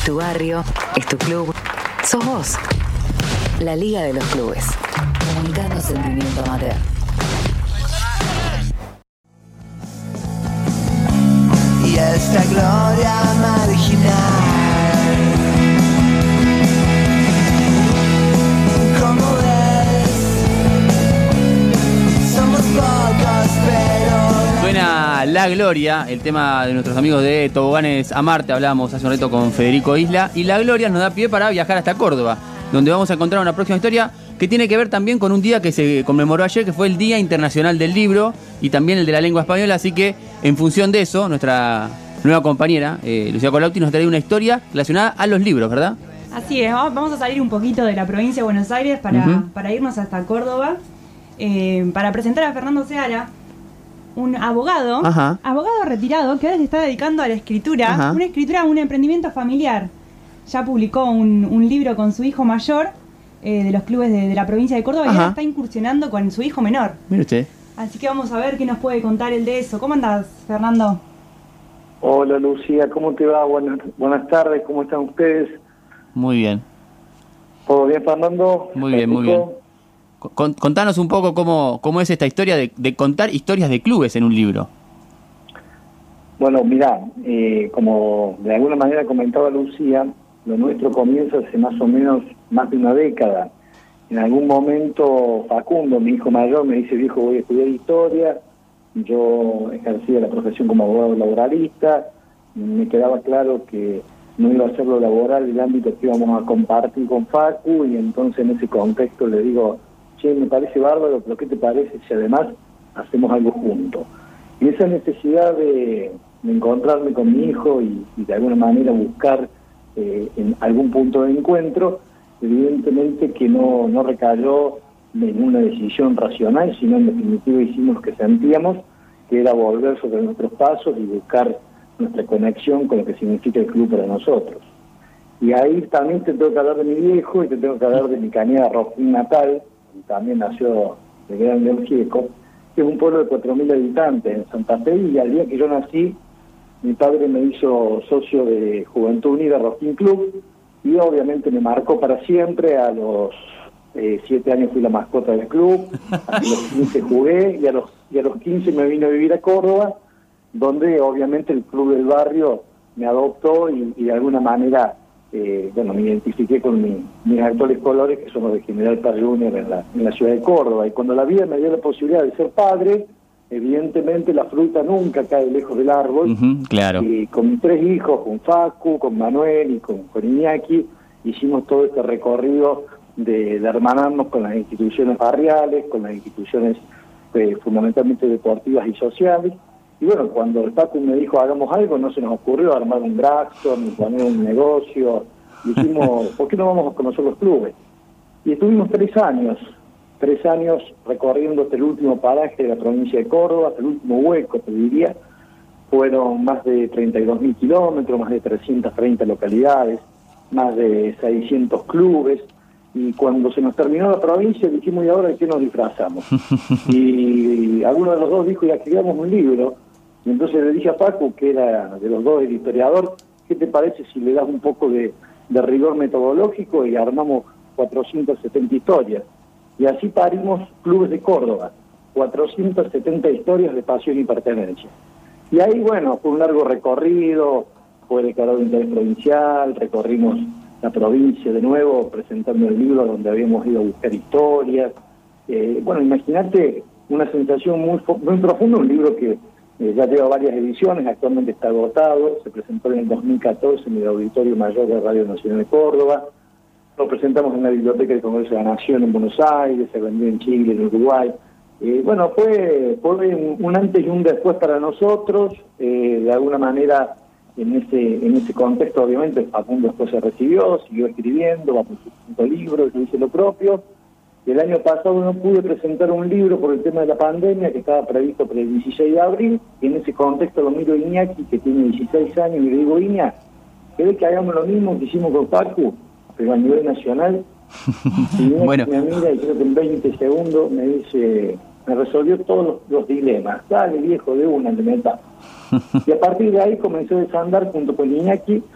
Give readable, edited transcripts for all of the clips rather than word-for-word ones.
tu barrio, es tu club, sos vos. La Liga de los Clubes. Comunicando sentimiento amateur. Y esta gloria marginal, como ves, somos pocos, pero... Suena La Gloria, el tema de nuestros amigos de Toboganes a Marte. Hablábamos hace un rato con Federico Isla. Y La Gloria nos da pie para viajar hasta Córdoba, donde vamos a encontrar una próxima historia que tiene que ver también con un día que se conmemoró ayer, que fue el Día Internacional del Libro y también el de la Lengua Española. Así que, en función de eso, nuestra nueva compañera, Lucía Colautti, nos trae una historia relacionada a los libros, ¿verdad? Así es, vamos a salir un poquito de la provincia de Buenos Aires para irnos hasta Córdoba, para presentar a Fernando Seara, un abogado retirado que ahora se está dedicando a la escritura, un emprendimiento familiar. Ya publicó un libro con su hijo mayor, de los clubes de la provincia de Córdoba, y ahora está incursionando con su hijo menor. Mire usted. Así que vamos a ver qué nos puede contar él de eso. ¿Cómo andás, Fernando? Hola, Lucía, ¿cómo te va? Buenas tardes, ¿cómo están ustedes? Muy bien. ¿Todo bien, Fernando? Muy bien, muy bien. Contanos un poco cómo es esta historia de contar historias de clubes en un libro. Bueno, mirá, como de alguna manera comentaba Lucía, lo nuestro comienza hace más o menos más de una década. En algún momento Facundo, mi hijo mayor, me dice: viejo, voy a estudiar historia. Yo ejercía la profesión como abogado laboralista. Me quedaba claro que no iba a ser lo laboral el ámbito que íbamos a compartir con Facu, y entonces en ese contexto le digo: che, me parece bárbaro, pero ¿qué te parece si además hacemos algo juntos? Y esa necesidad de encontrarme con mi hijo y de alguna manera buscar en algún punto de encuentro, evidentemente que no recayó en una decisión racional, sino en definitiva hicimos lo que sentíamos, que era volver sobre nuestros pasos y buscar nuestra conexión con lo que significa el club para nosotros. Y ahí también te tengo que hablar de mi viejo y te tengo que hablar de mi cañada Rosquín natal, que también nació de Gran León Gieco, que es un pueblo de 4.000 habitantes en Santa Fe, y al día que yo nací, mi padre me hizo socio de Juventud Unida Rosquín Club, y obviamente me marcó para siempre. A los 7 años fui la mascota del club, a los 15 jugué, y a los 15 me vine a vivir a Córdoba, donde obviamente el club del barrio me adoptó y de alguna manera me identifiqué con mis actuales colores, que son los de General Paz Junior en la ciudad de Córdoba. Y cuando la vida me dio la posibilidad de ser padre, evidentemente la fruta nunca cae lejos del árbol. Claro. Y con mis 3 hijos, con Facu, con Manuel y con Iñaki, hicimos todo este recorrido de hermanarnos con las instituciones barriales, con las instituciones fundamentalmente deportivas y sociales. Y bueno, cuando el Facu me dijo hagamos algo, no se nos ocurrió armar un Braxton ni poner un negocio. Dijimos, ¿por qué no vamos a conocer los clubes? Y estuvimos 3 años recorriendo hasta el último paraje de la provincia de Córdoba, hasta el último hueco, te diría. Fueron más de 32.000 kilómetros, más de 330 localidades, más de 600 clubes. Y cuando se nos terminó la provincia dijimos: ¿y ahora de qué nos disfrazamos? Y alguno de los dos dijo: ya escribamos un libro. Y entonces le dije a Paco, que era de los dos el historiador: ¿qué te parece si le das un poco de rigor metodológico y armamos 470 historias? Y así parimos Clubes de Córdoba, 470 historias de pasión y pertenencia. Y ahí, bueno, fue un largo recorrido, fue declarado de interés provincial, recorrimos la provincia de nuevo presentando el libro donde habíamos ido a buscar historias. Imagínate una sensación muy profunda, un libro que ya lleva varias ediciones, actualmente está agotado, se presentó en el 2014 en el Auditorio Mayor de Radio Nacional de Córdoba, lo presentamos en la Biblioteca del Congreso de la Nación en Buenos Aires, se vendió en Chile, en Uruguay. Fue un antes y un después para nosotros. De alguna manera, en ese contexto, obviamente, Facundo después se recibió, siguió escribiendo, va por su quinto libro, yo hice lo propio. El año pasado no pude presentar un libro por el tema de la pandemia, que estaba previsto para el 16 de abril, y en ese contexto lo miro a Iñaki, que tiene 16 años, y le digo: Iñaki, ¿querés que hagamos lo mismo que hicimos con Facu, pero a nivel nacional? Y bueno, me mira y creo que en 20 segundos me dice, me resolvió todos los dilemas. Dale, viejo, de una, le meta. Y a partir de ahí comencé a desandar junto con Iñaki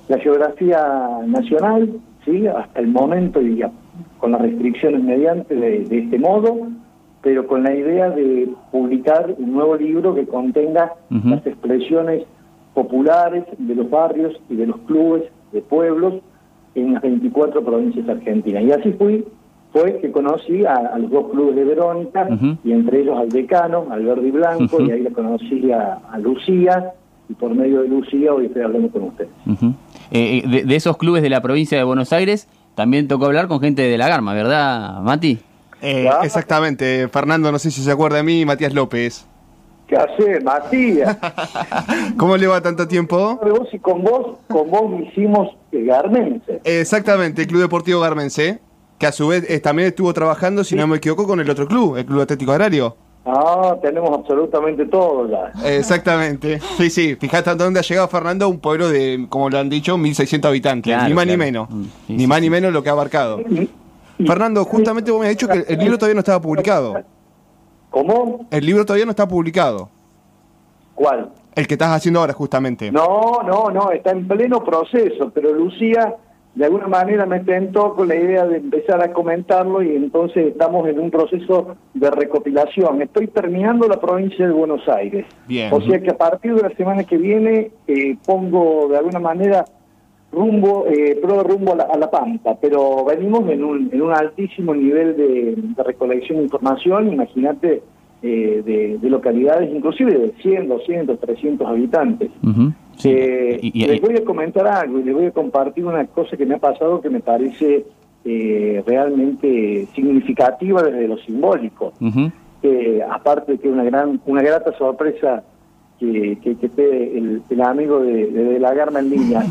la geografía nacional, ¿sí? Hasta el momento y ya, con las restricciones mediante de este modo, pero con la idea de publicar un nuevo libro que contenga las expresiones populares de los barrios y de los clubes de pueblos en las 24 provincias argentinas. Y así fue que conocí a los dos clubes de Verónica, y entre ellos al decano, al Verde y Blanco, y ahí le conocí a Lucía, y por medio de Lucía hoy estoy hablando con ustedes. De esos clubes de la provincia de Buenos Aires, también tocó hablar con gente de La Garma, ¿verdad, Mati? Exactamente, Fernando, no sé si se acuerda de mí, Matías López. ¿Qué haces, Matías? ¿Cómo le va tanto tiempo? Y con vos hicimos Garmense. Exactamente, el Club Deportivo Garmense, que a su vez también estuvo trabajando, si no me equivoco, con el otro club, el Club Atlético Agrario. Ah, tenemos absolutamente todo ya. Exactamente. Sí, fíjate hasta dónde ha llegado Fernando, un pueblo de, como lo han dicho, 1.600 habitantes, claro, ni más ni menos. Ni más ni menos lo que ha abarcado. Fernando, justamente vos me has dicho que el libro todavía no estaba publicado. ¿Cómo? El libro todavía no está publicado. ¿Cuál? El que estás haciendo ahora, justamente. No, está en pleno proceso, pero Lucía de alguna manera me tentó con la idea de empezar a comentarlo, y entonces estamos en un proceso de recopilación. Estoy terminando la provincia de Buenos Aires. Bien. O sea que a partir de la semana que viene pongo de alguna manera rumbo a la Pampa, pero venimos en un altísimo nivel de recolección de información. Imagínate, de localidades inclusive de 100, 200, 300 habitantes. Sí. Les voy a comentar algo y les voy a compartir una cosa que me ha pasado que me parece realmente significativa desde lo simbólico. Aparte de que una grata sorpresa que esté el amigo de La Garma en línea.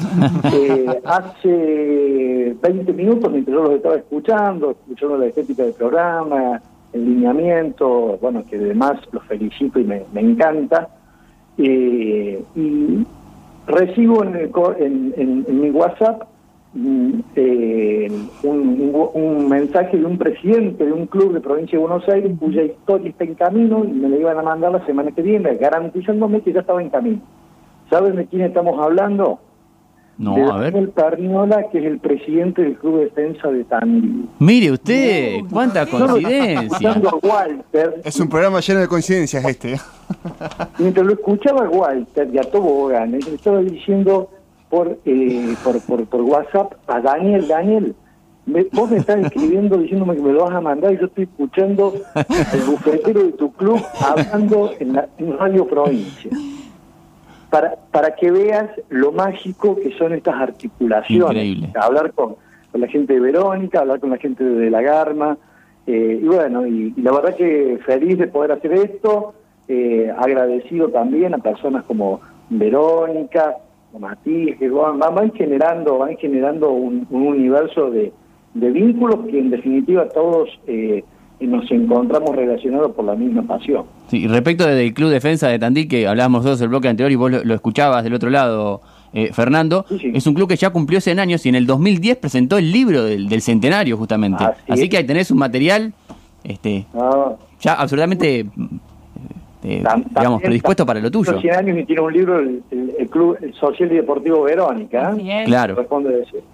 Hace 20 minutos, mientras yo los estaba escuchando la estética del programa, el lineamiento, bueno, que además los felicito y me encanta, y recibo en mi WhatsApp un mensaje de un presidente de un club de provincia de Buenos Aires cuya historia está en camino, y me la iban a mandar la semana que viene, garantizándome que ya estaba en camino. ¿Saben de quién estamos hablando? No, de a ver. Daniel Parniola, que es el presidente del Club de Defensa de Tandil. Mire usted, cuánta coincidencia. A Walter, Es un programa lleno de coincidencias este. mientras lo escuchaba a Walter y a Tobogán, le estaba diciendo por WhatsApp a Daniel, vos me estás escribiendo diciéndome que me lo vas a mandar, y yo estoy escuchando el bufetero de tu club hablando en Radio Provincia. Para que veas lo mágico que son estas articulaciones. Increíble. Hablar con la gente de Verónica, hablar con la gente de La Garma, y bueno, y la verdad que feliz de poder hacer esto, agradecido también a personas como Verónica, Matías, que van generando un universo de vínculos que en definitiva todos nos encontramos relacionados por la misma pasión. Sí, y respecto del Club Defensa de Tandil, que hablábamos nosotros el bloque anterior y vos lo escuchabas del otro lado, Fernando, sí. Es un club que ya cumplió 100 años y en el 2010 presentó el libro del centenario, justamente. Así que ahí tenés un material ya absolutamente digamos, predispuesto para lo tuyo. 100 años y tiene un libro el Club Social y Deportivo Verónica. Claro. Responde de eso.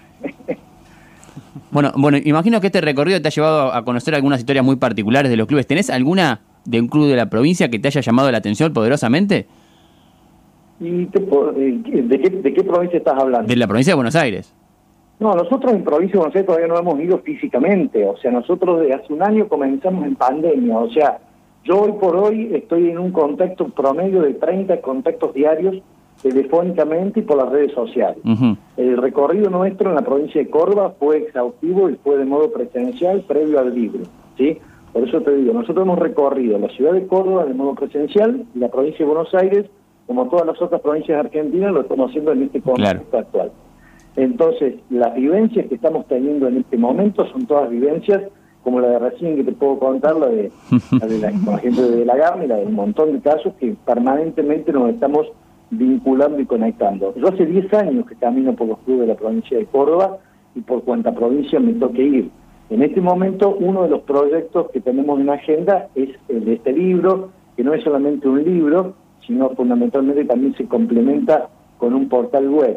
Bueno, imagino que este recorrido te ha llevado a conocer algunas historias muy particulares de los clubes. ¿Tenés alguna de un club de la provincia que te haya llamado la atención poderosamente? ¿Y de qué provincia estás hablando? De la provincia de Buenos Aires. No, nosotros en provincia de Buenos Aires todavía no hemos ido físicamente. O sea, nosotros desde hace un año comenzamos en pandemia. O sea, yo hoy por hoy estoy en un contacto promedio de 30 contactos diarios telefónicamente y por las redes sociales. El recorrido nuestro en la provincia de Córdoba fue exhaustivo y fue de modo presencial previo al libro, ¿sí? Por eso te digo, nosotros hemos recorrido la ciudad de Córdoba de modo presencial y la provincia de Buenos Aires, como todas las otras provincias argentinas, lo estamos haciendo en este contexto actual. Entonces, las vivencias que estamos teniendo en este momento son todas vivencias como la de recién que te puedo contar, con la gente de La Garma y la de un montón de casos que permanentemente nos estamos vinculando y conectando. Yo hace 10 años que camino por los clubes de la provincia de Córdoba y por cuanta provincia me toque ir. En este momento uno de los proyectos que tenemos en agenda es el de este libro, que no es solamente un libro, sino fundamentalmente también se complementa con un portal web.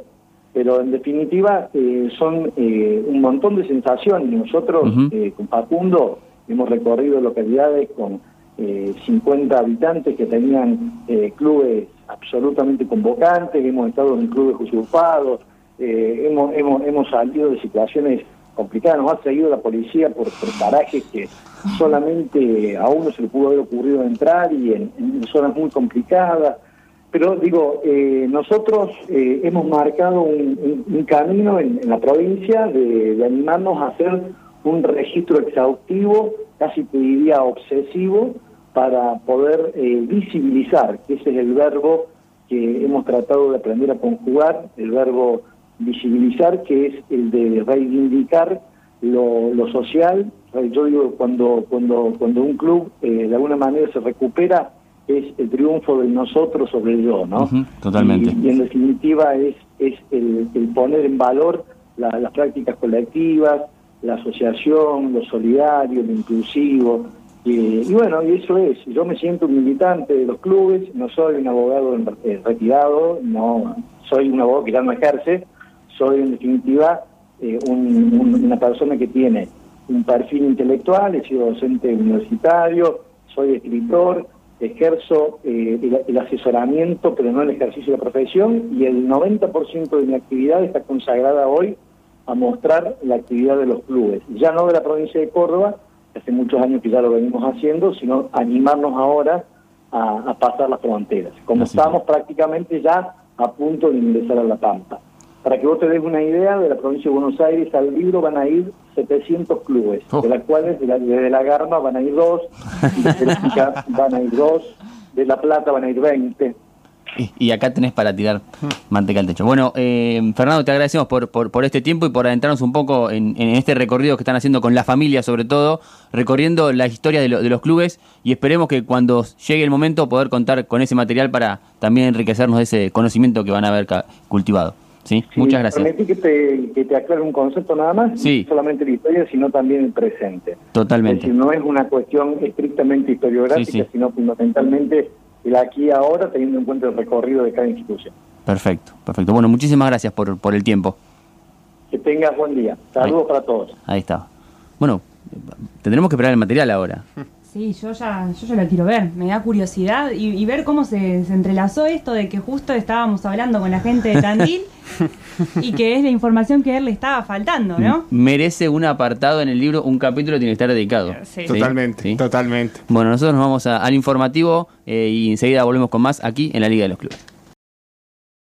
pero en definitiva son un montón de sensaciones. Nosotros con Facundo hemos recorrido localidades con 50 habitantes que tenían clubes absolutamente convocantes, hemos estado en clubes usurpados, hemos salido de situaciones complicadas, nos ha seguido la policía por parajes que solamente a uno se le pudo haber ocurrido entrar y en zonas muy complicadas. Pero digo, nosotros hemos marcado un camino en la provincia de animarnos a hacer un registro exhaustivo, casi te diría obsesivo, para poder visibilizar, que ese es el verbo que hemos tratado de aprender a conjugar, el verbo visibilizar, que es el de reivindicar lo social. Yo digo, cuando un club de alguna manera se recupera, es el triunfo del nosotros sobre el yo, ¿no? Totalmente. Y en definitiva es el poner en valor las prácticas colectivas, la asociación, lo solidario, lo inclusivo. Y bueno, y eso es. Yo me siento un militante de los clubes, no soy un abogado retirado, no soy un abogado que ya no ejerce, soy en definitiva una persona que tiene un perfil intelectual, he sido docente universitario, soy escritor, ejerzo el asesoramiento, pero no el ejercicio de la profesión, y el 90% de mi actividad está consagrada hoy a mostrar la actividad de los clubes, ya no de la provincia de Córdoba, hace muchos años que ya lo venimos haciendo, sino animarnos ahora a pasar las fronteras, como estamos prácticamente ya a punto de ingresar a La Pampa. Para que vos te des una idea, de la provincia de Buenos Aires al Libro van a ir 700 clubes, de las cuales desde la Garma van a ir 2, de Bélgica van a ir 2, de La Plata van a ir 20. Y acá tenés para tirar manteca al techo. Bueno, Fernando, te agradecemos por este tiempo y por adentrarnos un poco en este recorrido que están haciendo con la familia, sobre todo, recorriendo la historia de los clubes, y esperemos que cuando llegue el momento poder contar con ese material para también enriquecernos de ese conocimiento que van a haber cultivado. ¿Sí? Muchas gracias. Permití que te aclare un concepto nada más, sí. No solamente la historia, sino también el presente. Totalmente. Es decir, no es una cuestión estrictamente historiográfica, sino fundamentalmente el aquí y ahora, teniendo en cuenta el recorrido de cada institución. Perfecto. Bueno, muchísimas gracias por el tiempo. Que tengas buen día. Saludos para todos. Ahí está. Bueno, tendremos que esperar el material ahora. Sí, yo ya lo quiero ver, me da curiosidad y ver cómo se entrelazó esto de que justo estábamos hablando con la gente de Tandil y que es la información que a él le estaba faltando, ¿no? Merece un apartado en el libro, un capítulo tiene que estar dedicado. Sí. Totalmente. Bueno, nosotros nos vamos al informativo y enseguida volvemos con más aquí en la Liga de los Clubes.